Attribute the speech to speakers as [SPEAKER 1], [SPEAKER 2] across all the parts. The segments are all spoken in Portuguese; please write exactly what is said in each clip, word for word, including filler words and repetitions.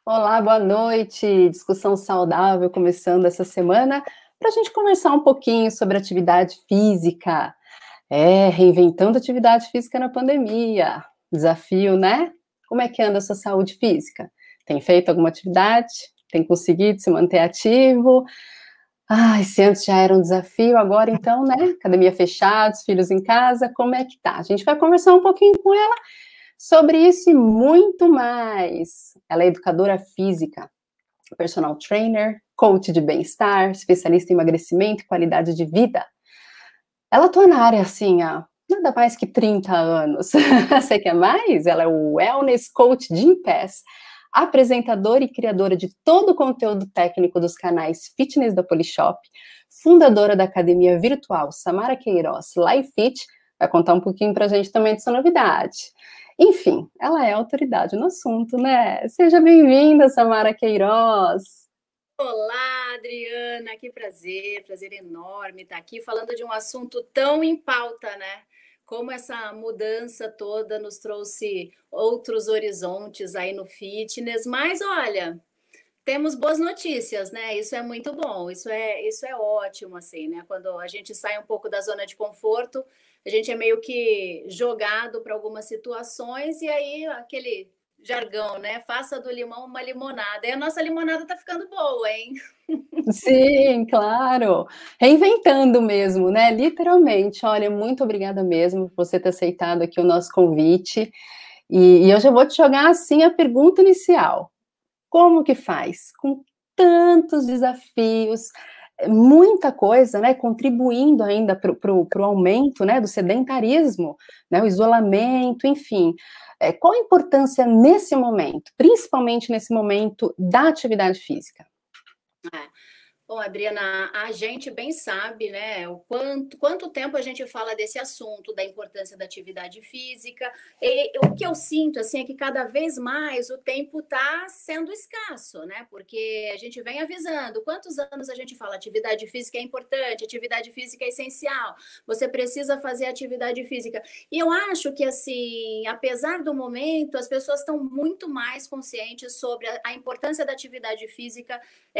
[SPEAKER 1] Olá, boa noite. Discussão saudável começando essa semana para a gente conversar um pouquinho sobre atividade física. É, reinventando atividade física na pandemia. Desafio, né? Como é que anda a sua saúde física? Tem feito alguma atividade? Tem conseguido se manter ativo? Ai, se antes já era um desafio, agora então, né? Academia fechada, os filhos em casa, como é que tá? A gente vai conversar um pouquinho com ela sobre isso e muito mais. Ela é educadora física, personal trainer, coach de bem-estar, especialista em emagrecimento e qualidade de vida. Ela atua na área assim há nada mais que trinta anos. Você quer mais? Ela é o Wellness Coach Gym Pass, apresentadora e criadora de todo o conteúdo técnico dos canais Fitness da Polishop, fundadora da academia virtual Samara Queiroz Life Fit, vai contar um pouquinho pra gente também dessa novidade. Enfim, ela é autoridade no assunto, né? Seja bem-vinda, Samara Queiroz.
[SPEAKER 2] Olá, Adriana, que prazer, prazer enorme estar aqui falando de um assunto tão em pauta, né? Como essa mudança toda nos trouxe outros horizontes aí no fitness, mas olha, temos boas notícias, né? Isso é muito bom, isso é, isso é ótimo, assim, né? Quando a gente sai um pouco da zona de conforto, a gente é meio que jogado para algumas situações e aí aquele jargão, né? Faça do limão uma limonada. E a nossa limonada tá ficando boa, hein?
[SPEAKER 1] Sim, claro. Reinventando mesmo, né? Literalmente. Olha, muito obrigada mesmo por você ter aceitado aqui o nosso convite. E, e eu já vou te jogar assim a pergunta inicial. Como que faz? Com tantos desafios, muita coisa, né? Contribuindo ainda para o aumento, né, do sedentarismo, né? O isolamento, enfim. É, qual a importância nesse momento, principalmente nesse momento da atividade física?
[SPEAKER 2] É. Bom, Adriana, a gente bem sabe, né, o quanto, quanto tempo a gente fala desse assunto, da importância da atividade física. E o que eu sinto, assim, é que cada vez mais o tempo está sendo escasso, né? Porque a gente vem avisando. Quantos anos a gente fala atividade física é importante, atividade física é essencial, você precisa fazer atividade física. E eu acho que, assim, apesar do momento, as pessoas estão muito mais conscientes sobre a, a importância da atividade física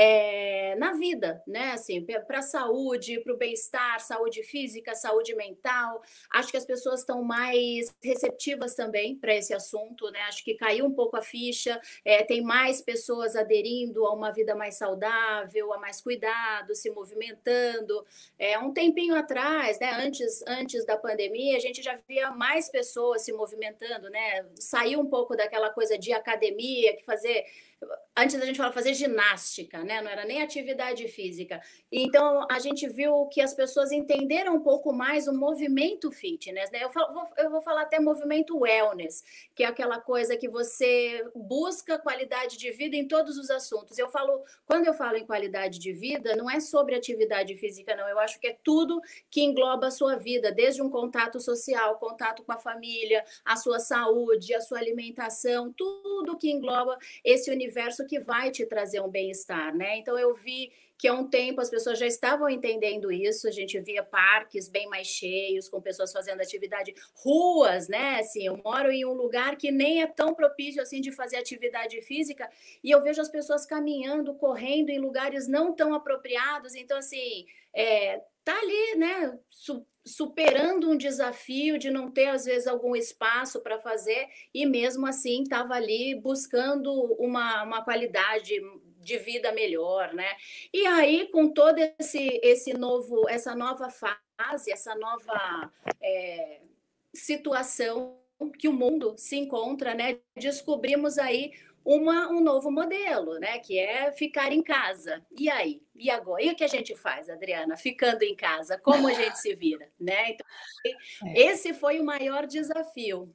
[SPEAKER 2] é, na vida, né? Assim, para a saúde, para o bem-estar, saúde física, saúde mental. Acho que as pessoas estão mais receptivas também para esse assunto, né? Acho que caiu um pouco a ficha, é, tem mais pessoas aderindo a uma vida mais saudável, a mais cuidado, se movimentando. É, um tempinho atrás, né? Antes, antes da pandemia, a gente já via mais pessoas se movimentando, né? Saiu um pouco daquela coisa de academia, que fazer antes a gente falava fazer ginástica, né? Não era nem atividade física. Então a gente viu que as pessoas entenderam um pouco mais o movimento fitness, né? Eu, falo, eu vou falar até movimento wellness, que é aquela coisa que você busca qualidade de vida em todos os assuntos. Eu falo, quando eu falo em qualidade de vida, não é sobre atividade física, não. Eu acho que é tudo que engloba a sua vida, desde um contato social, contato com a família, a sua saúde, a sua alimentação, tudo que engloba esse universo que vai te trazer um bem-estar, né? Então eu vi que há um tempo as pessoas já estavam entendendo isso, a gente via parques bem mais cheios, com pessoas fazendo atividade, ruas, né? Assim, eu moro em um lugar que nem é tão propício assim de fazer atividade física, e eu vejo as pessoas caminhando, correndo em lugares não tão apropriados, então assim, é, tá ali, né? Superando um desafio de não ter, às vezes, algum espaço para fazer, e mesmo assim estava ali buscando uma, uma qualidade de vida melhor, né? E aí, com todo esse, esse novo, essa nova fase, essa nova é, situação que o mundo se encontra, né? Descobrimos aí uma, um novo modelo, né? Que é ficar em casa. E aí? E agora? E o que a gente faz, Adriana? Ficando em casa, como a gente se vira, né? Então, esse foi o maior desafio.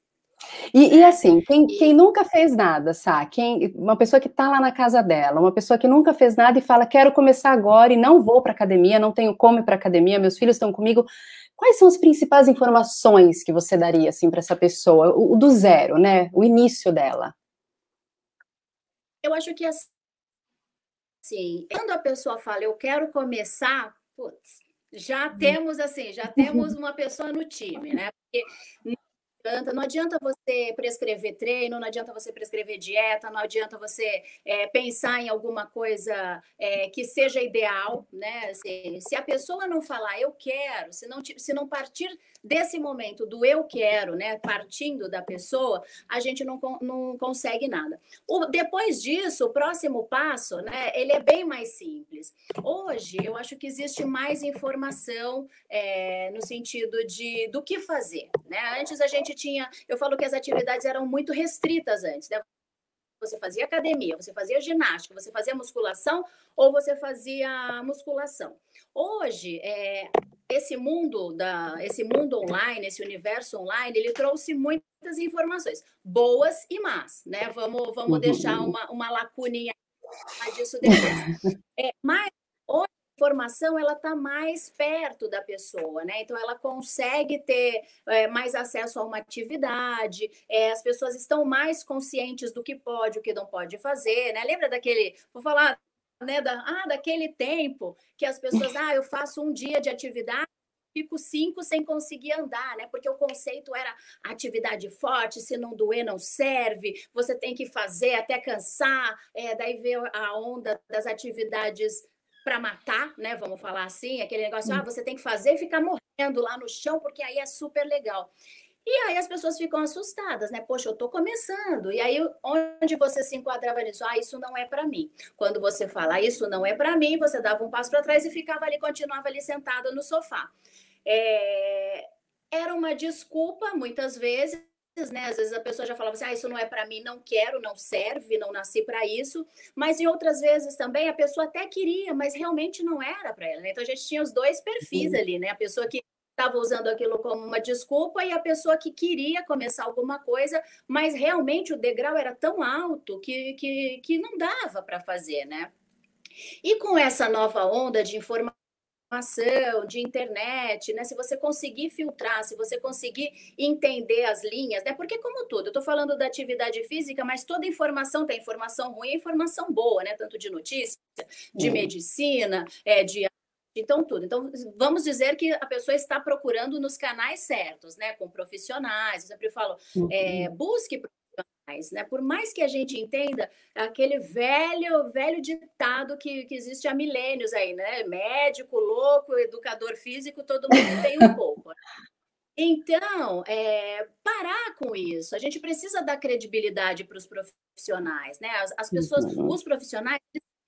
[SPEAKER 1] E, e
[SPEAKER 2] Né?
[SPEAKER 1] assim, quem, quem
[SPEAKER 2] E
[SPEAKER 1] nunca fez nada, sabe? Quem, uma pessoa que está lá na casa dela, uma pessoa que nunca fez nada e fala, quero começar agora e não vou para academia, não tenho como ir para academia, meus filhos estão comigo. Quais são as principais informações que você daria assim para essa pessoa, o, o do zero, né? O início dela?
[SPEAKER 2] eu acho que assim, quando a pessoa fala, eu quero começar, putz, já temos assim, já temos uma pessoa no time, né? Porque adianta, não adianta você prescrever treino, não adianta você prescrever dieta, não adianta você é, pensar em alguma coisa é, que seja ideal, né? Se, se a pessoa não falar eu quero, se não, se não partir desse momento do eu quero, né? Partindo da pessoa, a gente não, não consegue nada. O, depois disso, o próximo passo, né? Ele é bem mais simples. Hoje, eu acho que existe mais informação é, no sentido de do que fazer, né? Antes a gente tinha, eu falo que as atividades eram muito restritas antes, né? Você fazia academia, você fazia ginástica, você fazia musculação ou você fazia musculação. Hoje, é, esse mundo da, esse mundo online, esse universo online, ele trouxe muitas informações, boas e más, né? Vamos, vamos uhum. deixar uma, uma lacuninha disso depois. É, mas hoje a informação ela está mais perto da pessoa, né? Então ela consegue ter é, mais acesso a uma atividade, é, as pessoas estão mais conscientes do que pode, o que não pode fazer, né? Lembra daquele, vou falar, né, da, ah, daquele tempo que as pessoas, ah, eu faço um dia de atividade, fico cinco sem conseguir andar, né? Porque o conceito era atividade forte, se não doer não serve, você tem que fazer até cansar, é, daí veio a onda das atividades para matar, né? Vamos falar assim, aquele negócio, ah, você tem que fazer e ficar morrendo lá no chão, porque aí é super legal. E aí as pessoas ficam assustadas, né? Poxa, eu tô começando. E aí, onde você se enquadrava nisso? Ah, isso não é para mim. Quando você fala, isso não é para mim, você dava um passo para trás e ficava ali, continuava ali sentada no sofá. É... Era uma desculpa, muitas vezes, né? Às vezes a pessoa já falava assim, ah, isso não é para mim, não quero, não serve, não nasci para isso. Mas em outras vezes também a pessoa até queria, mas realmente não era para ela, né? Então a gente tinha os dois perfis ali, né? A pessoa que estava usando aquilo como uma desculpa e a pessoa que queria começar alguma coisa, mas realmente o degrau era tão alto que, que, que não dava para fazer, né? E com essa nova onda de informação, de internet, né? Se você conseguir filtrar, se você conseguir entender as linhas, né? Porque como tudo, eu estou falando da atividade física, mas toda informação tem informação ruim e informação boa, né? Tanto de notícia, de medicina, é, de então, tudo. Então, vamos dizer que a pessoa está procurando nos canais certos, né? Com profissionais. Eu sempre falo, uhum. é, busque profissionais, né? Por mais que a gente entenda aquele velho, velho ditado que, que existe há milênios aí, né? Médico, louco, educador físico, todo mundo tem um pouco. Então, é, parar com isso. A gente precisa dar credibilidade para os profissionais, né? As, as pessoas, uhum. os profissionais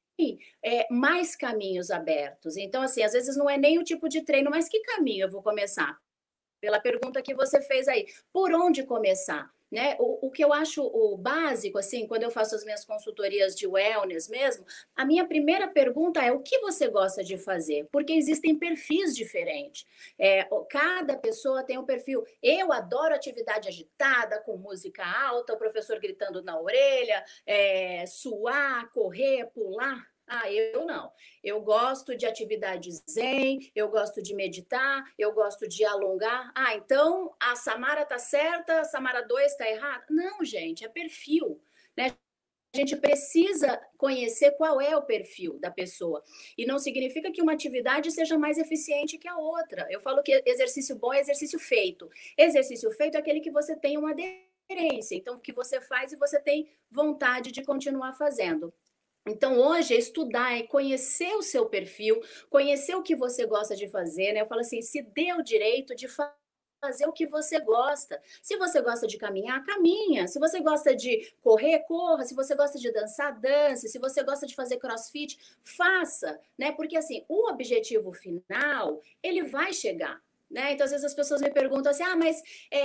[SPEAKER 2] É, mais caminhos abertos. Então, assim, às vezes não é nem o tipo de treino, mas que caminho eu vou começar? Pela pergunta que você fez aí, por onde começar? Né? O, o que eu acho o básico, assim, quando eu faço as minhas consultorias de wellness mesmo, a minha primeira pergunta é o que você gosta de fazer? Porque existem perfis diferentes. É, cada pessoa tem um perfil. Eu adoro atividade agitada, com música alta, o professor gritando na orelha, é, suar, correr, pular. Ah, eu não. Eu gosto de atividade zen, eu gosto de meditar, eu gosto de alongar. Ah, então a Samara tá certa, a Samara dois tá errada? Não, gente, é perfil, né? A gente precisa conhecer qual é o perfil da pessoa. E não significa que uma atividade seja mais eficiente que a outra. Eu falo que exercício bom é exercício feito. Exercício feito é aquele que você tem uma aderência. Então, que você faz e você tem vontade de continuar fazendo. Então, hoje, é estudar, é conhecer o seu perfil, conhecer o que você gosta de fazer, né? Eu falo assim, se dê o direito de fazer o que você gosta. Se você gosta de caminhar, caminha. Se você gosta de correr, corra. Se você gosta de dançar, dance. Se você gosta de fazer crossfit, faça, né? Porque, assim, o objetivo final, ele vai chegar. Né? Então, às vezes as pessoas me perguntam assim, ah, mas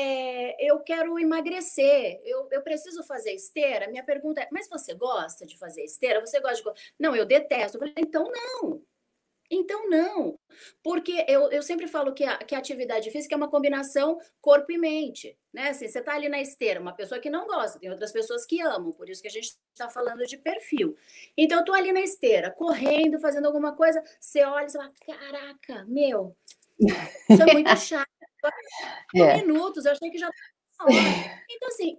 [SPEAKER 2] é, eu quero emagrecer, eu, eu preciso fazer esteira? Minha pergunta é, mas você gosta de fazer esteira? Você gosta de... Não, eu detesto. Eu falei, então não. Então não. Porque eu, eu sempre falo que a, que a atividade física é uma combinação corpo e mente. Né? Assim, você está ali na esteira, uma pessoa que não gosta, tem outras pessoas que amam, por isso que a gente está falando de perfil. Então, eu estou ali na esteira, correndo, fazendo alguma coisa, você olha e fala, caraca, meu... Isso é muito chato. Yeah. Minutos, eu achei que já estava na hora. Então, assim,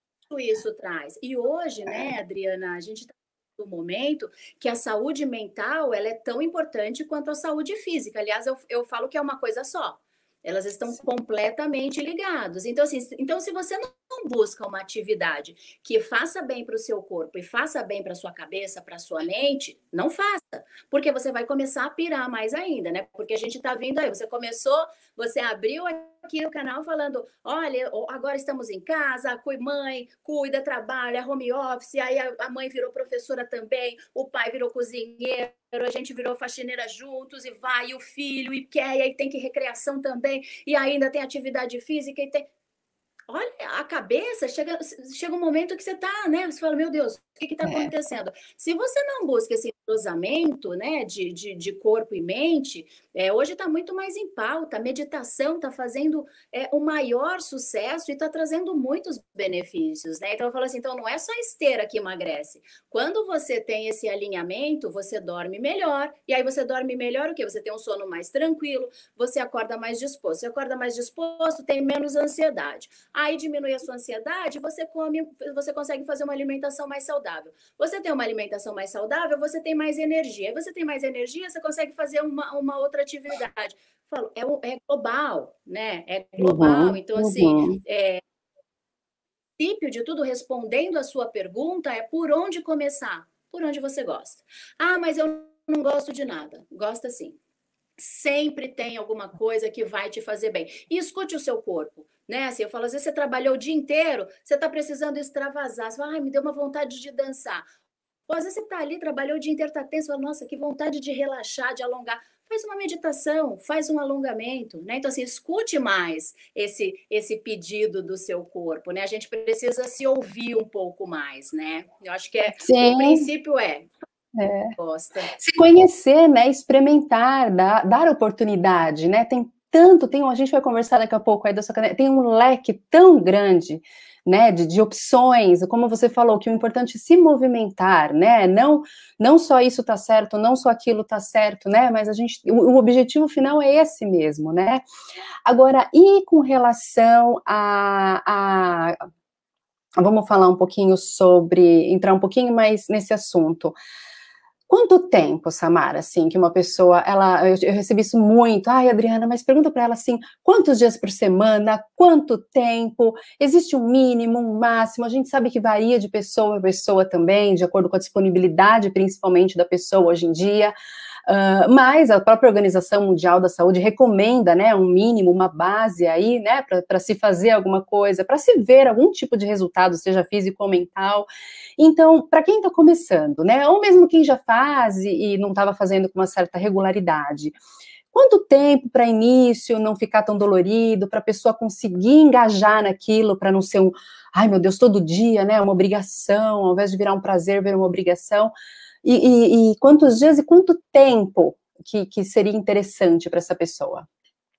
[SPEAKER 2] isso traz. E hoje, né, Adriana, a gente está no momento que a saúde mental ela é tão importante quanto a saúde física. Aliás, eu, eu falo que é uma coisa só. Elas estão completamente ligadas. Então, assim, então, se você não busca uma atividade que faça bem para o seu corpo e faça bem para a sua cabeça, para a sua mente, não faça. Porque você vai começar a pirar mais ainda, né? Porque a gente está vindo aí, você começou, você abriu aqui o canal falando, olha, agora estamos em casa, mãe, cuida, trabalha, home office, aí a mãe virou professora também, o pai virou cozinheiro, a gente virou faxineira juntos, e vai, e o filho, e quer, e aí tem que recreação também, e ainda tem atividade física, e tem... Olha, a cabeça, chega, chega um momento que você tá, né? Você fala, meu Deus, o que está acontecendo? É. Se você não busca esse entrosamento, né, de, de, de corpo e mente, é, hoje está muito mais em pauta. A meditação está fazendo é, o maior sucesso e está trazendo muitos benefícios, né? Então eu falo assim, então não é só a esteira que emagrece. Quando você tem esse alinhamento, você dorme melhor, e aí você dorme melhor o quê? Você tem um sono mais tranquilo, você acorda mais disposto. Você acorda mais disposto, tem menos ansiedade. Aí diminui a sua ansiedade, você come, você consegue fazer uma alimentação mais saudável. Você tem uma alimentação mais saudável, você tem mais energia. Aí você tem mais energia, você consegue fazer uma, uma outra atividade. Falo, é, é global, né? É global. Uhum, então, assim, uhum. é, o princípio de tudo, respondendo a sua pergunta, é por onde começar? Por onde você gosta. Ah, mas eu não gosto de nada. Gosta sim. Sempre tem alguma coisa que vai te fazer bem. E escute o seu corpo, né? Assim, eu falo, às vezes você trabalhou o dia inteiro, você está precisando extravasar. Você fala, ai, me deu uma vontade de dançar. Ou às vezes você está ali, trabalhou o dia inteiro, está tenso, fala, nossa, que vontade de relaxar, de alongar. Faz uma meditação, faz um alongamento, né? Então, assim, escute mais esse, esse pedido do seu corpo, né? A gente precisa se ouvir um pouco mais, né? Eu acho que é, o princípio é...
[SPEAKER 1] É. Gosta. Se conhecer, né, experimentar, dar, dar oportunidade, né, tem tanto, tem, a gente vai conversar daqui a pouco aí da sua caneta, tem um leque tão grande, né, de, de opções, como você falou, que o importante é se movimentar, né, não, não só isso tá certo, não só aquilo tá certo, né, mas a gente, o, o objetivo final é esse mesmo, né. Agora, e com relação a, a vamos falar um pouquinho sobre, entrar um pouquinho mais nesse assunto. Quanto tempo, Samara, assim, que uma pessoa, ela, eu, eu recebi isso muito, ai, Adriana, mas pergunta para ela assim, quantos dias por semana, quanto tempo, existe um mínimo, um máximo, a gente sabe que varia de pessoa a pessoa também, de acordo com a disponibilidade, principalmente, da pessoa hoje em dia, uh, mas a própria Organização Mundial da Saúde recomenda, né, um mínimo, uma base aí, né, para se fazer alguma coisa, para se ver algum tipo de resultado, seja físico ou mental. Então, para quem está começando, né, ou mesmo quem já faz e, e não estava fazendo com uma certa regularidade, quanto tempo para início, não ficar tão dolorido, para a pessoa conseguir engajar naquilo, para não ser um, ai meu Deus, todo dia, né, uma obrigação, ao invés de virar um prazer, virar uma obrigação, e, e, e quantos dias e quanto tempo que, que seria interessante para essa pessoa?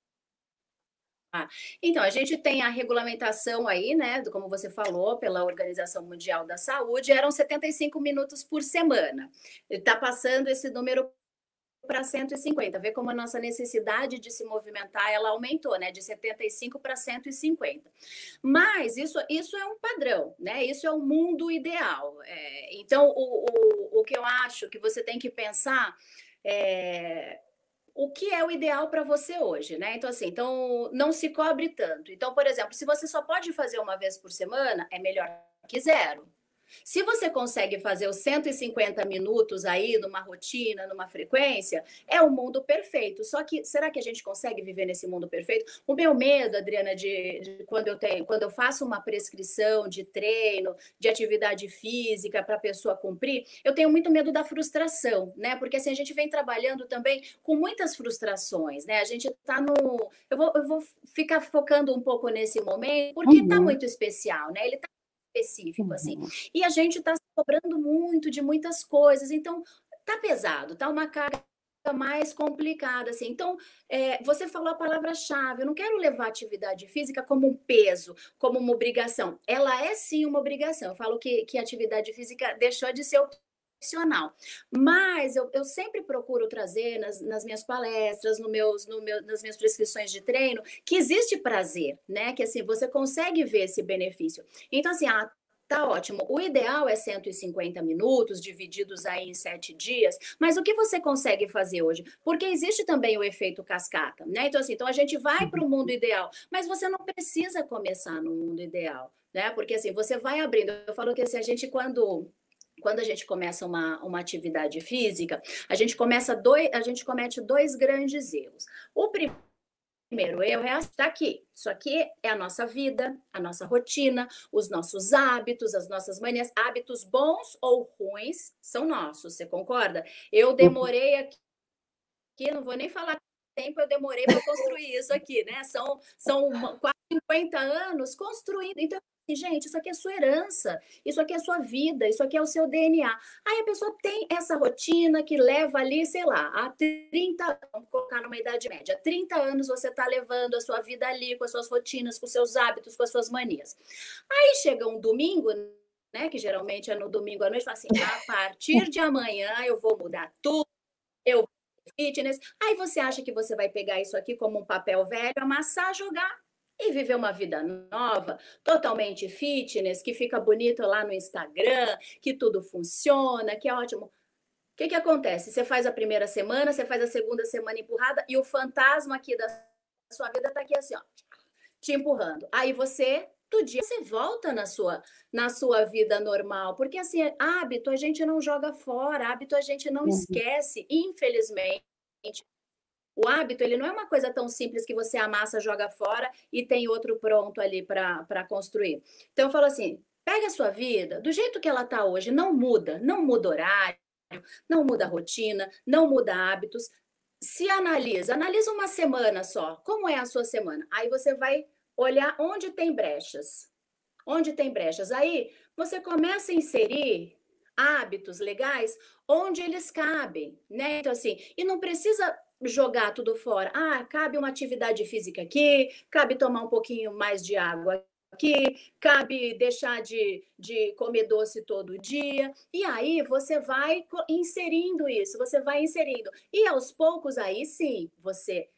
[SPEAKER 2] Ah, então, a gente tem a regulamentação aí, né, como você falou, pela Organização Mundial da Saúde, eram setenta e cinco minutos por semana. Está passando esse número para cento e cinquenta, vê como a nossa necessidade de se movimentar, ela aumentou, né, de setenta e cinco para cento e cinquenta. Mas isso, isso é um padrão, né, isso é o mundo ideal. É, então, o, o, o que eu acho que você tem que pensar é... o que é o ideal para você hoje, né? Então, assim, então não se cobre tanto. Então, por exemplo, se você só pode fazer uma vez por semana, é melhor que zero. Se você consegue fazer os cento e cinquenta minutos aí numa rotina, numa frequência, é o mundo perfeito. Só que será que a gente consegue viver nesse mundo perfeito? O meu medo, Adriana, de, de quando eu tenho, quando eu faço uma prescrição de treino, de atividade física para a pessoa cumprir, eu tenho muito medo da frustração, né? Porque assim a gente vem trabalhando também com muitas frustrações, né? A gente está no, eu vou, eu vou ficar focando um pouco nesse momento porque está uhum. muito especial, né? Ele está específico, assim. E a gente está se cobrando muito de muitas coisas, então tá pesado, tá uma carga mais complicada, assim. Então, é, você falou a palavra-chave, eu não quero levar a atividade física como um peso, como uma obrigação. Ela é sim uma obrigação. Eu falo que, que a atividade física deixou de ser opcional. Mas eu, eu sempre procuro trazer nas, nas minhas palestras, no meus, no meu, nas minhas prescrições de treino, que existe prazer, né? Que assim, você consegue ver esse benefício. Então, assim, a Tá ótimo. O ideal é cento e cinquenta minutos, divididos aí em sete dias, mas o que você consegue fazer hoje? Porque existe também o efeito cascata, né? Então, assim, então a gente vai para o mundo ideal, mas você não precisa começar no mundo ideal, né? Porque assim, você vai abrindo. Eu falo que assim, a gente, quando quando a gente começa uma, uma atividade física, a gente começa dois, a gente comete dois grandes erros. O primeiro Primeiro erro é estar aqui. Isso aqui é a nossa vida, a nossa rotina, os nossos hábitos, as nossas manias. Hábitos bons ou ruins são nossos, você concorda? Eu demorei aqui, não vou nem falar tempo, eu demorei para construir isso aqui, né? São, são quase cinquenta anos construindo. Então, gente, isso aqui é sua herança, isso aqui é sua vida, isso aqui é o seu D N A. Aí a pessoa tem essa rotina que leva ali, sei lá, há trinta, vamos colocar numa idade média, trinta anos você está levando a sua vida ali, com as suas rotinas, com os seus hábitos, com as suas manias. Aí chega um domingo, né, que geralmente é no domingo à noite, fala assim, a partir de amanhã eu vou mudar tudo, eu vou fitness. Aí você acha que você vai pegar isso aqui como um papel velho, amassar, jogar e viver uma vida nova, totalmente fitness, que fica bonito lá no Instagram, que tudo funciona, que é ótimo. O que, que acontece? Você faz a primeira semana, você faz a segunda semana empurrada e o fantasma aqui da sua vida tá aqui assim, ó, te empurrando. Aí você, do dia, você volta na sua, na sua vida normal, porque assim, hábito a gente não joga fora, hábito a gente não esquece, infelizmente. O hábito, ele não é uma coisa tão simples que você amassa, joga fora e tem outro pronto ali para construir. Então, eu falo assim, pega a sua vida, do jeito que ela está hoje, não muda, não muda horário, não muda rotina, não muda hábitos. Se analisa, analisa uma semana só, como é a sua semana. Aí você vai olhar onde tem brechas. Onde tem brechas. Aí você começa a inserir hábitos legais onde eles cabem, né? Então, assim, e não precisa jogar tudo fora. Ah, cabe uma atividade física aqui, cabe tomar um pouquinho mais de água aqui, cabe deixar de, de comer doce todo dia. E aí você vai inserindo isso, você vai inserindo. E aos poucos, aí sim, você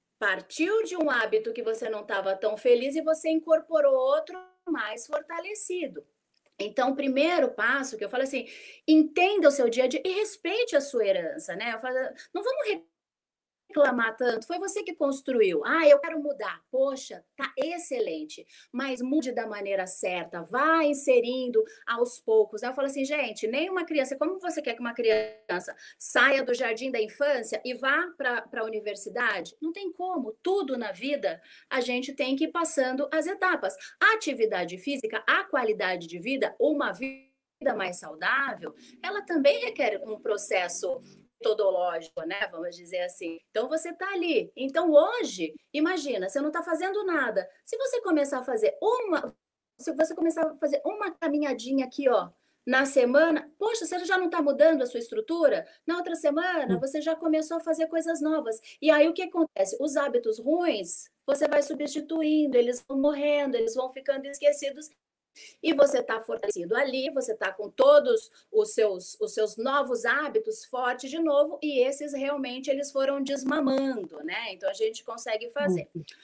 [SPEAKER 2] partiu de um hábito que você não estava tão feliz e você incorporou outro mais fortalecido. Então, o primeiro passo que eu falo assim, entenda o seu dia a dia e respeite a sua herança, né? Eu falo, não vamos reclamar tanto, foi você que construiu. Ah, eu quero mudar. Poxa, tá excelente. Mas mude da maneira certa, vá inserindo aos poucos. Eu falo assim, gente, nem uma criança, como você quer que uma criança saia do jardim da infância e vá para a universidade? Não tem como. Tudo na vida a gente tem que ir passando as etapas. A atividade física, a qualidade de vida, uma vida mais saudável, ela também requer um processo metodológico, né? Vamos dizer assim. Então você está ali. Então hoje, imagina, você não está fazendo nada. Se você começar a fazer uma, se você começar a fazer uma caminhadinha aqui, ó, na semana, poxa, você já não está mudando a sua estrutura? Na outra semana, você já começou a fazer coisas novas. E aí o que acontece? Os hábitos ruins, você vai substituindo, eles vão morrendo, eles vão ficando esquecidos. E você está fortalecido ali, você está com todos os seus, os seus novos hábitos fortes de novo, e esses realmente eles foram desmamando, né? Então a gente consegue fazer.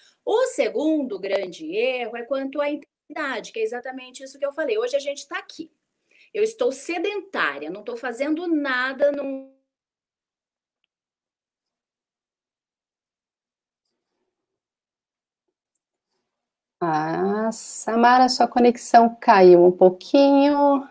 [SPEAKER 2] O segundo grande erro é quanto à intensidade, que é exatamente isso que eu falei. Hoje a gente está aqui. Eu estou sedentária, não estou fazendo nada, não.
[SPEAKER 1] Ah, Samara, sua conexão caiu um pouquinho.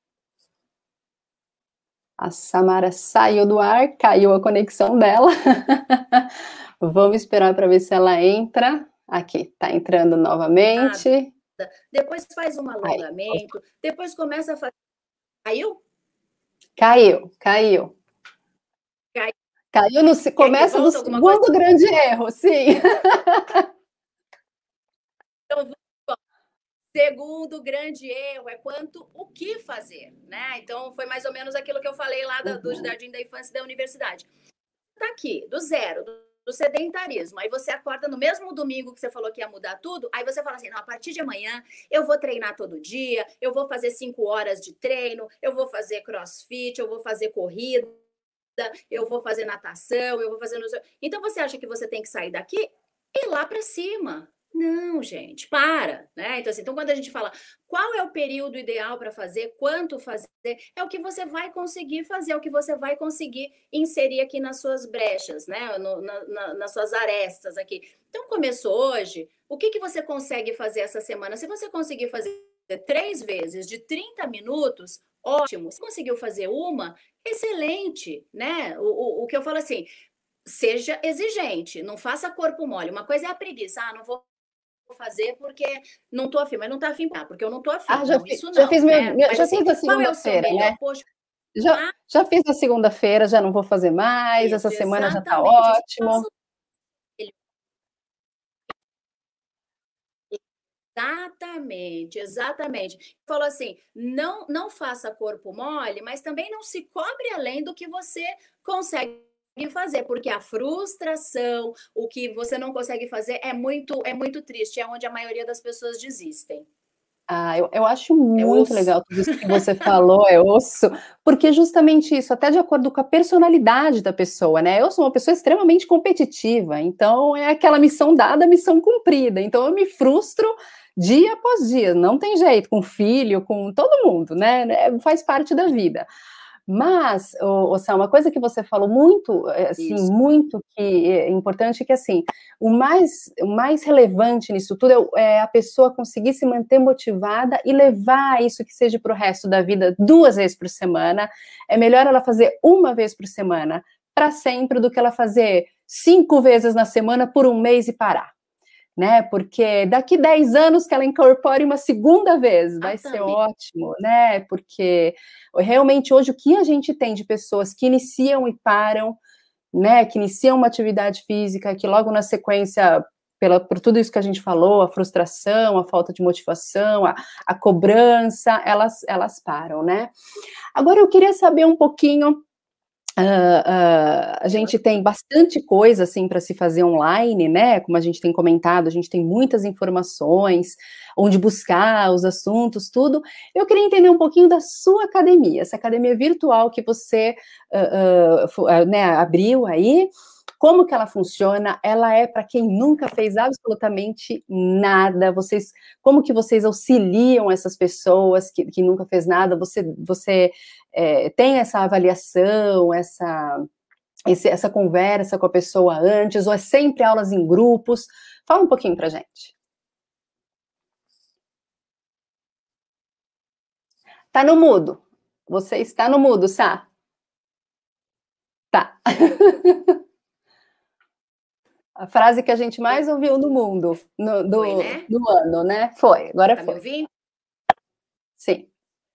[SPEAKER 1] A Samara saiu do ar, caiu a conexão dela. Vamos esperar para ver se ela entra. Aqui, tá entrando novamente.
[SPEAKER 2] Ah, depois faz um alongamento, aí, depois começa a fazer. Caiu?
[SPEAKER 1] Caiu, caiu.
[SPEAKER 2] Caiu,
[SPEAKER 1] caiu no. Começa no segundo coisa? Grande erro, sim.
[SPEAKER 2] Então, segundo grande erro é quanto o que fazer, né? Então, foi mais ou menos aquilo que eu falei lá do, do Jardim da Infância e da Universidade. Tá aqui, do zero, do, do sedentarismo. Aí você acorda no mesmo domingo que você falou que ia mudar tudo, aí você fala assim, não, a partir de amanhã eu vou treinar todo dia, eu vou fazer cinco horas de treino, eu vou fazer crossfit, eu vou fazer corrida, eu vou fazer natação, eu vou fazer... Então, você acha que você tem que sair daqui e ir lá para cima. Não, gente, para, né? Então, assim, então, quando a gente fala qual é o período ideal para fazer, quanto fazer, é o que você vai conseguir fazer, é o que você vai conseguir inserir aqui nas suas brechas, né? No, na, na, nas suas arestas aqui. Então, começou hoje, o que, que você consegue fazer essa semana? Se você conseguir fazer três vezes de trinta minutos, ótimo. Se conseguiu fazer uma, excelente, né? O, o, o que eu falo assim, seja exigente, não faça corpo mole. Uma coisa é a preguiça, ah, não vou fazer porque não tô afim, mas não tá afim, ah, porque eu não tô afim.
[SPEAKER 1] Ah, já,
[SPEAKER 2] Não,
[SPEAKER 1] fi,
[SPEAKER 2] isso
[SPEAKER 1] já
[SPEAKER 2] não,
[SPEAKER 1] fiz meu,
[SPEAKER 2] né?
[SPEAKER 1] meu-
[SPEAKER 2] Mas
[SPEAKER 1] já
[SPEAKER 2] assim,
[SPEAKER 1] fiz na
[SPEAKER 2] qual é o seu
[SPEAKER 1] segunda-feira,
[SPEAKER 2] melhor?
[SPEAKER 1] né?
[SPEAKER 2] Poxa,
[SPEAKER 1] Já,
[SPEAKER 2] ah,
[SPEAKER 1] já fiz na segunda-feira, já não vou fazer mais, essa
[SPEAKER 2] isso,
[SPEAKER 1] semana já tá
[SPEAKER 2] exatamente. Isso
[SPEAKER 1] ótimo.
[SPEAKER 2] faço ele. Exatamente, exatamente. Falou assim: não, não faça corpo mole, mas também não se cobre além do que você consegue fazer, porque a frustração, o que você não consegue fazer é muito, é muito triste, é onde a maioria das pessoas desistem.
[SPEAKER 1] Ah, eu, eu acho
[SPEAKER 2] É
[SPEAKER 1] muito
[SPEAKER 2] osso.
[SPEAKER 1] legal tudo isso que você falou, é osso, porque justamente isso, até de acordo com a personalidade da pessoa, né? Eu sou uma pessoa extremamente competitiva, então é aquela missão dada, missão cumprida. Então eu me frustro dia após dia, não tem jeito, com filho, com todo mundo, né? É, faz parte da vida. Mas, ô, ô, Sá, uma coisa que você falou muito, é, assim,
[SPEAKER 2] Isso.
[SPEAKER 1] muito que é importante, é que, assim, o mais, o mais relevante nisso tudo é, é a pessoa conseguir se manter motivada e levar isso que seja para o resto da vida duas vezes por semana. É melhor ela fazer uma vez por semana para sempre do que ela fazer cinco vezes na semana por um mês e parar, né? Porque daqui dez anos que ela incorpore uma segunda vez, vai ser
[SPEAKER 2] Exatamente.
[SPEAKER 1] ótimo, né? Porque realmente hoje o que a gente tem de pessoas que iniciam e param, né? Que iniciam uma atividade física, que logo na sequência, pela, por tudo isso que a gente falou, a frustração, a falta de motivação, a, a cobrança, elas, elas param, né? Agora eu queria saber um pouquinho. Uh, uh, a gente tem bastante coisa assim para se fazer online, né? Como a gente tem comentado, a gente tem muitas informações, onde buscar os assuntos, tudo. Eu queria entender um pouquinho da sua academia, essa academia virtual que você uh, uh, né, abriu aí. Como que ela funciona? Ela é para quem nunca fez absolutamente nada. Vocês, como que vocês auxiliam essas pessoas que, que nunca fez nada? Você, você é, tem essa avaliação, essa, esse, essa conversa com a pessoa antes, ou é sempre aulas em grupos? Fala um pouquinho para gente. Tá no mudo. Você está no mudo, Sá? Tá. A frase que a gente mais ouviu no mundo, no,
[SPEAKER 2] Foi,
[SPEAKER 1] do,
[SPEAKER 2] né?
[SPEAKER 1] do ano, né? Foi, agora
[SPEAKER 2] Tá me
[SPEAKER 1] foi.
[SPEAKER 2] ouvindo?
[SPEAKER 1] Sim.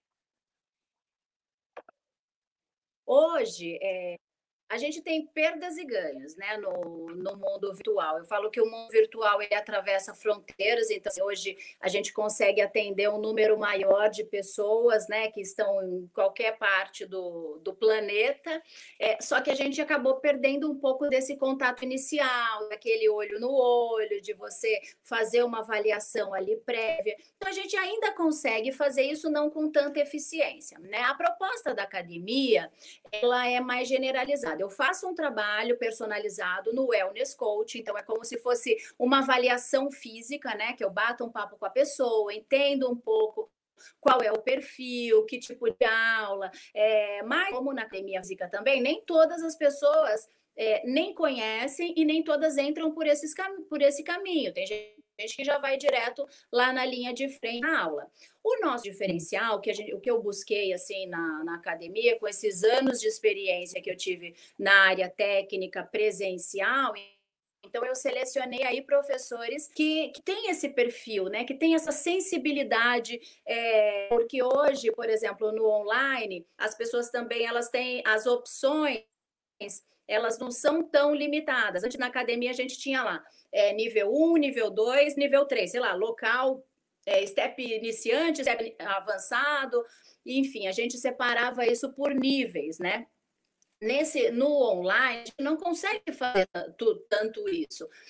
[SPEAKER 2] Hoje, é, a gente tem perdas e ganhos, né, no, no mundo virtual. Eu falo que o mundo virtual ele atravessa fronteiras, então assim, hoje a gente consegue atender um número maior de pessoas, né, que estão em qualquer parte do, do planeta. É, só que a gente acabou perdendo um pouco desse contato inicial, daquele olho no olho, de você fazer uma avaliação ali prévia. Então a gente ainda consegue fazer isso não com tanta eficiência, né? A proposta da academia ela é mais generalizada. Eu faço um trabalho personalizado no Wellness Coach, então é como se fosse uma avaliação física, né? Que eu bato um papo com a pessoa, entendo um pouco qual é o perfil, que tipo de aula, é, mas como na academia física também, nem todas as pessoas é, nem conhecem e nem todas entram por, esses, por esse caminho. Tem gente gente que já vai direto lá na linha de frente na aula. O nosso diferencial, que a gente, o que eu busquei assim na, na academia, com esses anos de experiência que eu tive na área técnica presencial, então eu selecionei aí professores que, que têm esse perfil, né? Que têm essa sensibilidade, é, porque hoje, por exemplo, no online, as pessoas também elas têm as opções, elas não são tão limitadas. Antes na academia a gente tinha lá é, nível um, nível dois, nível três, sei lá, local, é, step iniciante, step avançado, enfim, a gente separava isso por níveis, né? Nesse, no online, a gente não consegue fazer tanto, tanto isso.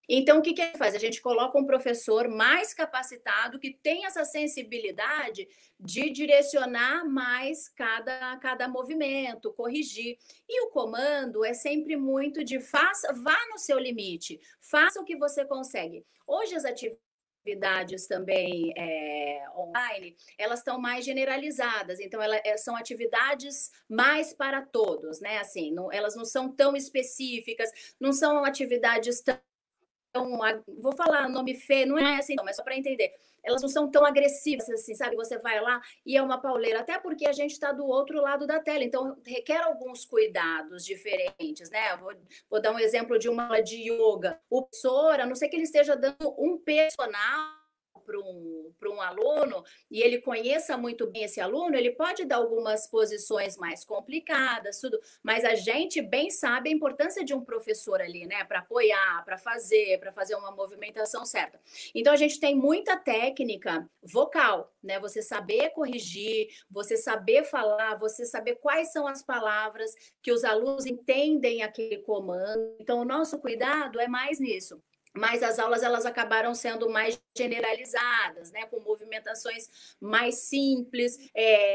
[SPEAKER 2] Então, o que que a gente faz? A gente coloca um professor mais capacitado, que tem essa sensibilidade de direcionar mais cada, cada movimento, corrigir. E o comando é sempre muito de faça, vá no seu limite, faça o que você consegue. Hoje as atividades também é, online, elas estão mais generalizadas, então elas são atividades mais para todos, né? Assim, não, elas não são tão específicas, não são atividades tão Então, vou falar nome feio, não é assim, não, mas só para entender. Elas não são tão agressivas assim, sabe? Você vai lá e é uma pauleira, até porque a gente está do outro lado da tela, então requer alguns cuidados diferentes, né? Vou, vou dar um exemplo de uma aula de yoga. O professor, a não ser que ele esteja dando um personal para um, para um aluno e ele conheça muito bem esse aluno, ele pode dar algumas posições mais complicadas, tudo, mas a gente bem sabe a importância de um professor ali, né, para apoiar, para fazer, para fazer uma movimentação certa. Então a gente tem muita técnica vocal, né, você saber corrigir, você saber falar, você saber quais são as palavras que os alunos entendem aquele comando. Então o nosso cuidado é mais nisso. Mas as aulas elas acabaram sendo mais generalizadas, né, com movimentações mais simples,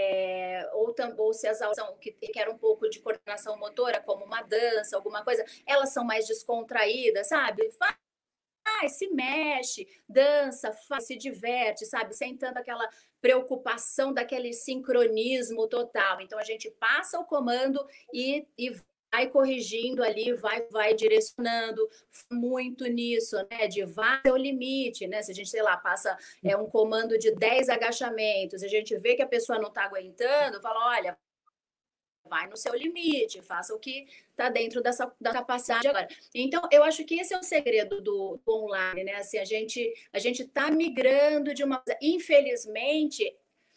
[SPEAKER 2] é, ou, ou se as aulas são, que requerem um pouco de coordenação motora, como uma dança, alguma coisa, elas são mais descontraídas, sabe? Faz, se mexe, dança, faz, se diverte, sabe? Sem tanta aquela preocupação daquele sincronismo total. Então, a gente passa o comando e, e vai corrigindo ali, vai, vai direcionando muito nisso, né? De vai ao limite, né? Se a gente, sei lá, passa é, um comando de dez agachamentos, a gente vê que a pessoa não está aguentando, fala, olha, vai no seu limite, faça o que está dentro dessa da capacidade agora. Então, eu acho que esse é o segredo do, do online, né? Assim, a gente a gente está migrando de uma coisa, infelizmente,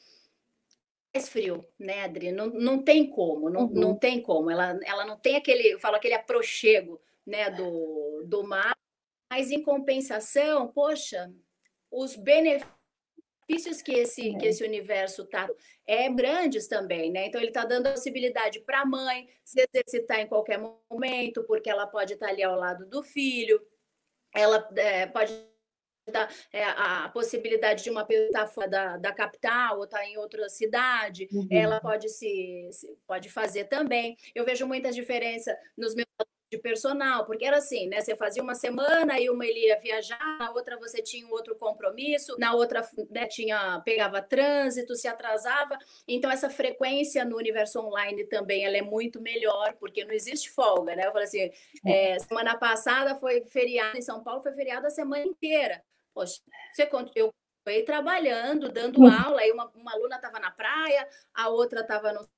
[SPEAKER 2] mais frio, né, Adri? Não, não tem como, não, uhum. não tem como. Ela, ela não tem aquele, eu falo, aquele aprochego, né, do, do mar, mas em compensação, poxa, os benefícios que esse, é. que esse universo tá é grandes também, né? Então ele está dando a possibilidade para a mãe se exercitar em qualquer momento, porque ela pode estar ali ao lado do filho, ela é, pode Da, é, a possibilidade de uma pessoa estar fora da, da capital ou estar em outra cidade, uhum. ela pode se, se pode fazer também. Eu vejo muita diferença nos meus de personal, porque era assim, né? Você fazia uma semana e uma ele ia viajar, na outra você tinha um outro compromisso, na outra, né, tinha pegava trânsito, se atrasava. Então essa frequência no universo online também ela é muito melhor, porque não existe folga, né? Eu falei assim, é, semana passada foi feriado em São Paulo, foi feriado a semana inteira. Poxa, você, eu fui trabalhando, dando aula, aí uma, uma aluna estava na praia, a outra estava não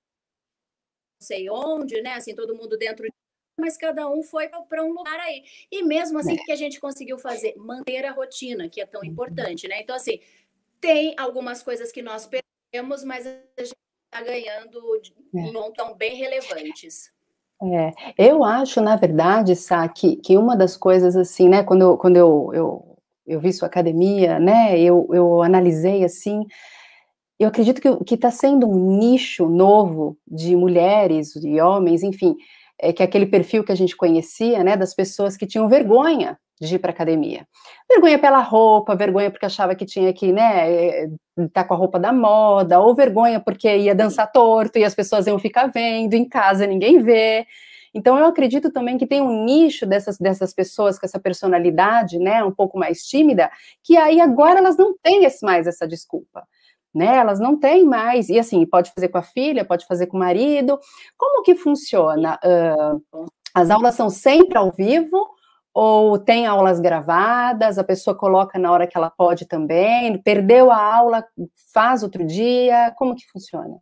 [SPEAKER 2] sei onde, né? Assim, todo mundo dentro de... mas cada um foi para um lugar aí. E mesmo assim, o é. que a gente conseguiu fazer? Manter a rotina, que é tão importante, né? Então, assim, tem algumas coisas que nós perdemos, mas a gente está ganhando em é. tão bem relevantes.
[SPEAKER 1] É, eu acho, na verdade, Sá, que, que uma das coisas, assim, né, quando eu, quando eu, eu, eu vi sua academia, né, eu, eu analisei, assim, eu acredito que está sendo um nicho novo de mulheres, de homens, enfim, é, que é aquele perfil que a gente conhecia, né, das pessoas que tinham vergonha de ir para academia. Vergonha pela roupa, vergonha porque achava que tinha que, né, tá com a roupa da moda, ou vergonha porque ia dançar torto e as pessoas iam ficar vendo, em casa ninguém vê. Então eu acredito também que tem um nicho dessas, dessas pessoas com essa personalidade, né, um pouco mais tímida, que aí agora elas não têm mais essa desculpa. Né, elas não têm mais, e assim, pode fazer com a filha, pode fazer com o marido. Como que funciona? Uh, as aulas são sempre ao vivo, ou tem aulas gravadas, a pessoa coloca na hora que ela pode também, perdeu a aula, faz outro dia, como que funciona?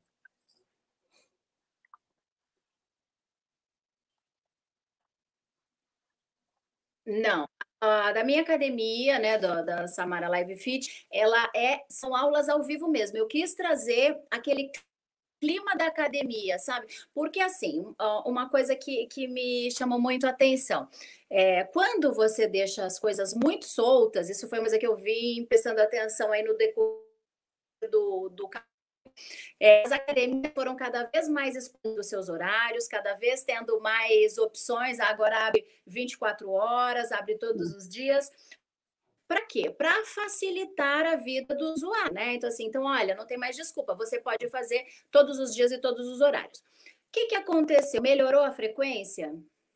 [SPEAKER 2] Não. Uh, da minha academia, né, da, da Samara Live Fit, ela é, são aulas ao vivo mesmo. Eu quis trazer aquele clima da academia, sabe? Porque, assim, uma coisa que, que me chamou muito a atenção, é, quando você deixa as coisas muito soltas, isso foi uma coisa que eu vim prestando atenção aí no decorrer do, do É, as academias foram cada vez mais expandindo seus horários, cada vez tendo mais opções. Agora abre vinte e quatro horas, abre todos os dias. Para quê? Para facilitar a vida do usuário, né? Então, assim, então, olha, não tem mais desculpa, você pode fazer todos os dias e todos os horários. O que, que aconteceu? Melhorou a frequência?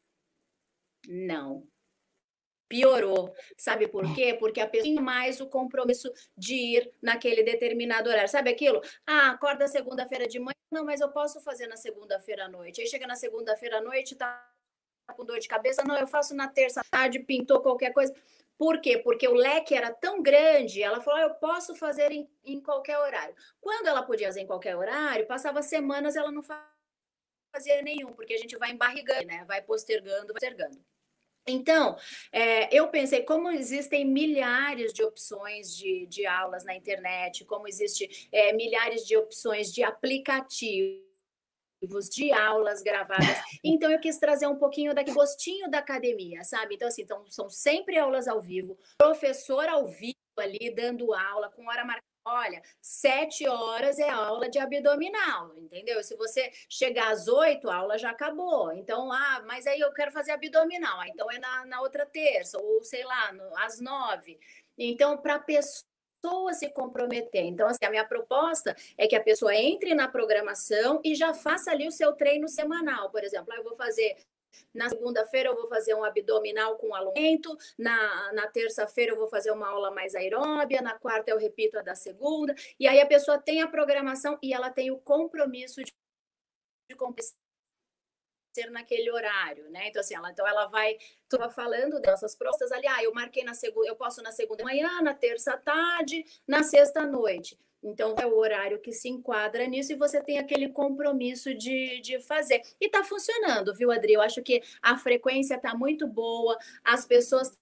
[SPEAKER 2] Não. Piorou. Sabe por quê? Porque a pessoa tem mais o compromisso de ir naquele determinado horário. Sabe aquilo? Ah, acorda segunda-feira de manhã. Não, mas eu posso fazer na segunda-feira à noite. Aí chega na segunda-feira à noite, tá com dor de cabeça. Não, eu faço na terça à tarde, pintou qualquer coisa. Por quê? Porque o leque era tão grande, ela falou, ah, eu posso fazer em, em qualquer horário. Quando ela podia fazer em qualquer horário, passava semanas, ela não fazia nenhum, porque a gente vai embarrigando, né? Vai postergando, vai postergando. Então, é, eu pensei, como existem milhares de opções de, de aulas na internet, como existem é, milhares de opções de aplicativos, de aulas gravadas, então eu quis trazer um pouquinho daquele gostinho da academia, sabe? Então, assim, então, são sempre aulas ao vivo, professor ao vivo ali, dando aula, com hora marcada. Olha, sete horas é aula de abdominal, entendeu? Se você chegar às oito, a aula já acabou. Então, ah, mas aí eu quero fazer abdominal. Ah, então é na, na outra terça, ou sei lá, no, às nove. Então, para a pessoa se comprometer. Então, assim, a minha proposta é que a pessoa entre na programação e já faça ali o seu treino semanal. Por exemplo, ah, eu vou fazer na segunda-feira eu vou fazer um abdominal com alongamento, na, na terça-feira eu vou fazer uma aula mais aeróbia, na quarta eu repito a da segunda, e aí a pessoa tem a programação e ela tem o compromisso de, de comparecer naquele horário, né? Então, assim, ela, então ela vai, tu vai falando dessas propostas ali, ah, eu marquei na segunda, eu posso na segunda manhã, na terça à tarde, na sexta à noite. Então, é o horário que se enquadra nisso e você tem aquele compromisso de, de fazer. E tá funcionando, viu, Adri? Eu acho que a frequência tá muito boa, as pessoas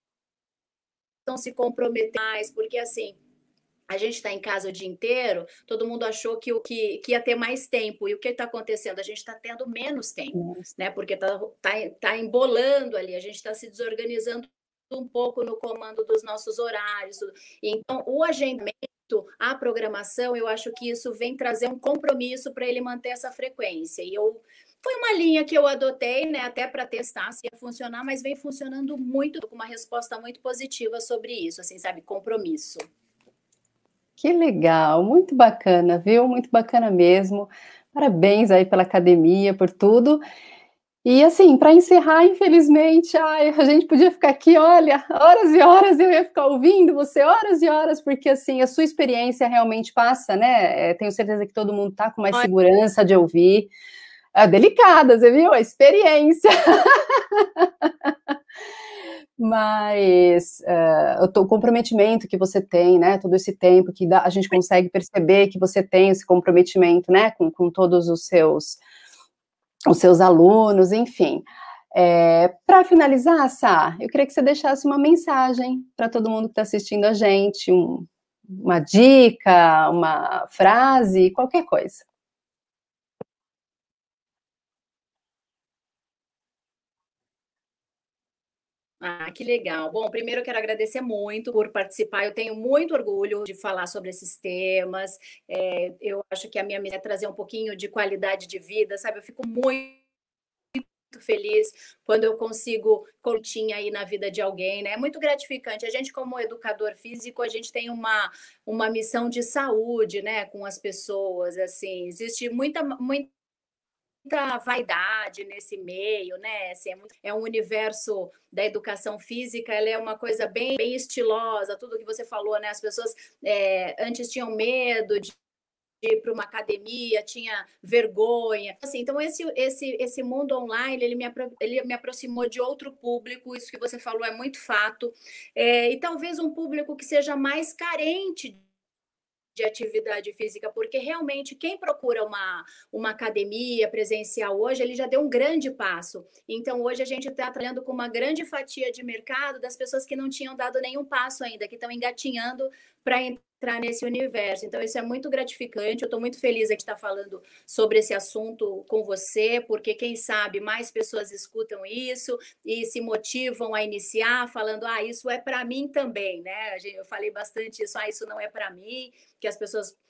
[SPEAKER 2] estão se comprometendo mais, porque, assim, a gente está em casa o dia inteiro, todo mundo achou que, que, que ia ter mais tempo. E o que está acontecendo? A gente está tendo menos tempo, né? Porque está tá, tá embolando ali, a gente está se desorganizando um pouco no comando dos nossos horários. Então, o agendamento, a programação, eu acho que isso vem trazer um compromisso para ele manter essa frequência. E eu foi uma linha que eu adotei, né, até para testar se ia funcionar, mas vem funcionando muito, com uma resposta muito positiva sobre isso, assim, sabe, compromisso.
[SPEAKER 1] Que legal, muito bacana, viu? Muito bacana mesmo. Parabéns aí pela academia, por tudo. E assim, para encerrar, infelizmente, ai, a gente podia ficar aqui, olha, horas e horas, eu ia ficar ouvindo você horas e horas, porque assim, a sua experiência realmente passa, né? É, tenho certeza que todo mundo está com mais segurança de ouvir. É delicada, você viu? A experiência. Mas uh, o comprometimento que você tem, né, todo esse tempo que dá, a gente consegue perceber que você tem esse comprometimento, né, com, com todos os seus, os seus alunos, enfim. É, para finalizar, Sá, eu queria que você deixasse uma mensagem para todo mundo que está assistindo a gente, um, uma dica, uma frase, qualquer coisa.
[SPEAKER 2] Ah, que legal. Bom, primeiro eu quero agradecer muito por participar. Eu tenho muito orgulho de falar sobre esses temas. É, eu acho que a minha missão é trazer um pouquinho de qualidade de vida, sabe? Eu fico muito feliz quando eu consigo continha aí na vida de alguém, né? É muito gratificante. A gente, como educador físico, a gente tem uma, uma missão de saúde, né, com as pessoas, assim. Existe muita, muita muita vaidade nesse meio, né? Assim, é um universo da educação física, ela é uma coisa bem, bem estilosa, tudo que você falou, né? As pessoas é, antes tinham medo de ir para uma academia, tinha vergonha. Assim, então, esse, esse, esse mundo online, ele me, ele me aproximou de outro público, isso que você falou é muito fato, é, e talvez um público que seja mais carente de atividade física, porque realmente quem procura uma, uma academia presencial hoje, ele já deu um grande passo. Então, hoje a gente está trabalhando com uma grande fatia de mercado das pessoas que não tinham dado nenhum passo ainda, que estão engatinhando para entrar nesse universo. Então, isso é muito gratificante. Eu estou muito feliz de estar falando sobre esse assunto com você, porque, quem sabe, mais pessoas escutam isso e se motivam a iniciar, falando, ah, isso é para mim também, né? Eu falei bastante isso, ah, isso não é para mim, que as pessoas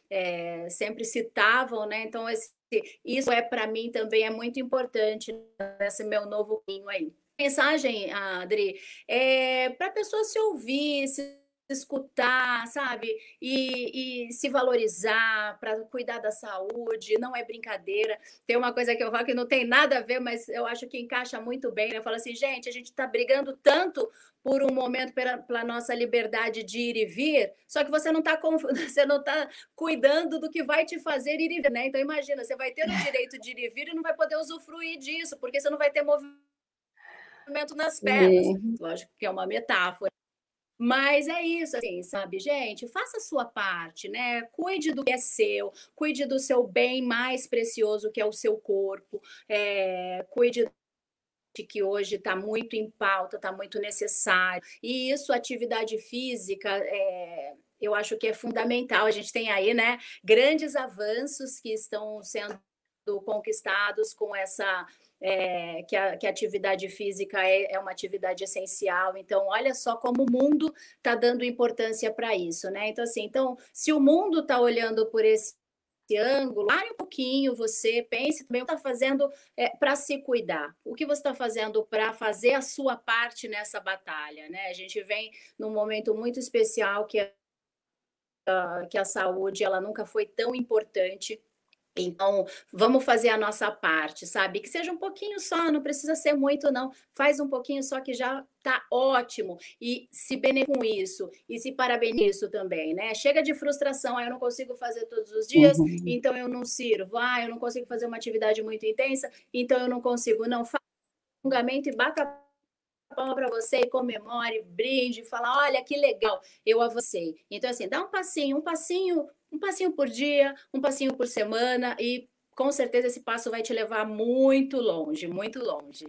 [SPEAKER 2] é, sempre citavam, né? Então, esse, isso é para mim também é muito importante nesse meu novo caminho aí. Mensagem, Adri, é para a pessoa se ouvir, se escutar, sabe? E, e se valorizar, para cuidar da saúde, não é brincadeira. Tem uma coisa que eu falo que não tem nada a ver, mas eu acho que encaixa muito bem, né? Eu falo assim, gente, a gente está brigando tanto por um momento, pela, pela nossa liberdade de ir e vir, só que você não está você não tá cuidando do que vai te fazer ir e vir, né? Então imagina, você vai ter o direito de ir e vir e não vai poder usufruir disso, porque você não vai ter movimento nas pernas.
[SPEAKER 1] Sim.
[SPEAKER 2] Lógico que é uma metáfora. Mas é isso, assim, sabe, gente? Faça a sua parte, né? Cuide do que é seu, cuide do seu bem mais precioso, que é o seu corpo, é, cuide de que hoje está muito em pauta, está muito necessário. E isso, atividade física, é, eu acho que é fundamental. A gente tem aí, né, grandes avanços que estão sendo conquistados com essa. É, que, a, que a atividade física é, é uma atividade essencial. Então, olha só como o mundo está dando importância para isso, né? Então, assim, então, se o mundo está olhando por esse ângulo, pare um pouquinho, você pense também o que está fazendo é, para se cuidar, o que você está fazendo para fazer a sua parte nessa batalha, né? A gente vem num momento muito especial que a, que a saúde ela nunca foi tão importante. Então, vamos fazer a nossa parte, sabe? Que seja um pouquinho só, não precisa ser muito, não. Faz um pouquinho só que já tá ótimo. E se beneficie com isso, e se parabenize isso também, né? Chega de frustração, ah, eu não consigo fazer todos os dias,
[SPEAKER 1] Uhum.
[SPEAKER 2] então eu não sirvo. Ah, eu não consigo fazer uma atividade muito intensa, então eu não consigo. Não, faça um alongamento e bata a palma para você, e comemore, brinde, fala, olha que legal, eu avancei. Então, assim, dá um passinho, um passinho, um passinho por dia, um passinho por semana, e com certeza esse passo vai te levar muito longe, muito longe.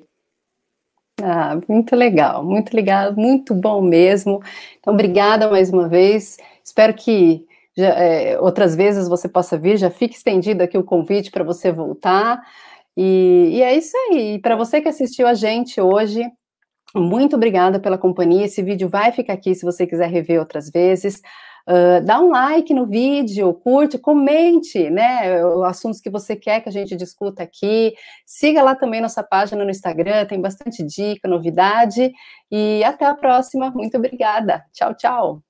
[SPEAKER 1] Ah, muito legal, muito legal, muito bom mesmo. Então, obrigada mais uma vez. Espero que já, é, outras vezes você possa vir, já fique estendido aqui o convite para você voltar. E, e é isso aí. Para você que assistiu a gente hoje, muito obrigada pela companhia. Esse vídeo vai ficar aqui se você quiser rever outras vezes. Uh, dá um like no vídeo, curte, comente, né, os assuntos que você quer que a gente discuta aqui. Siga lá também nossa página no Instagram, tem bastante dica, novidade. E até a próxima. Muito obrigada. Tchau, tchau.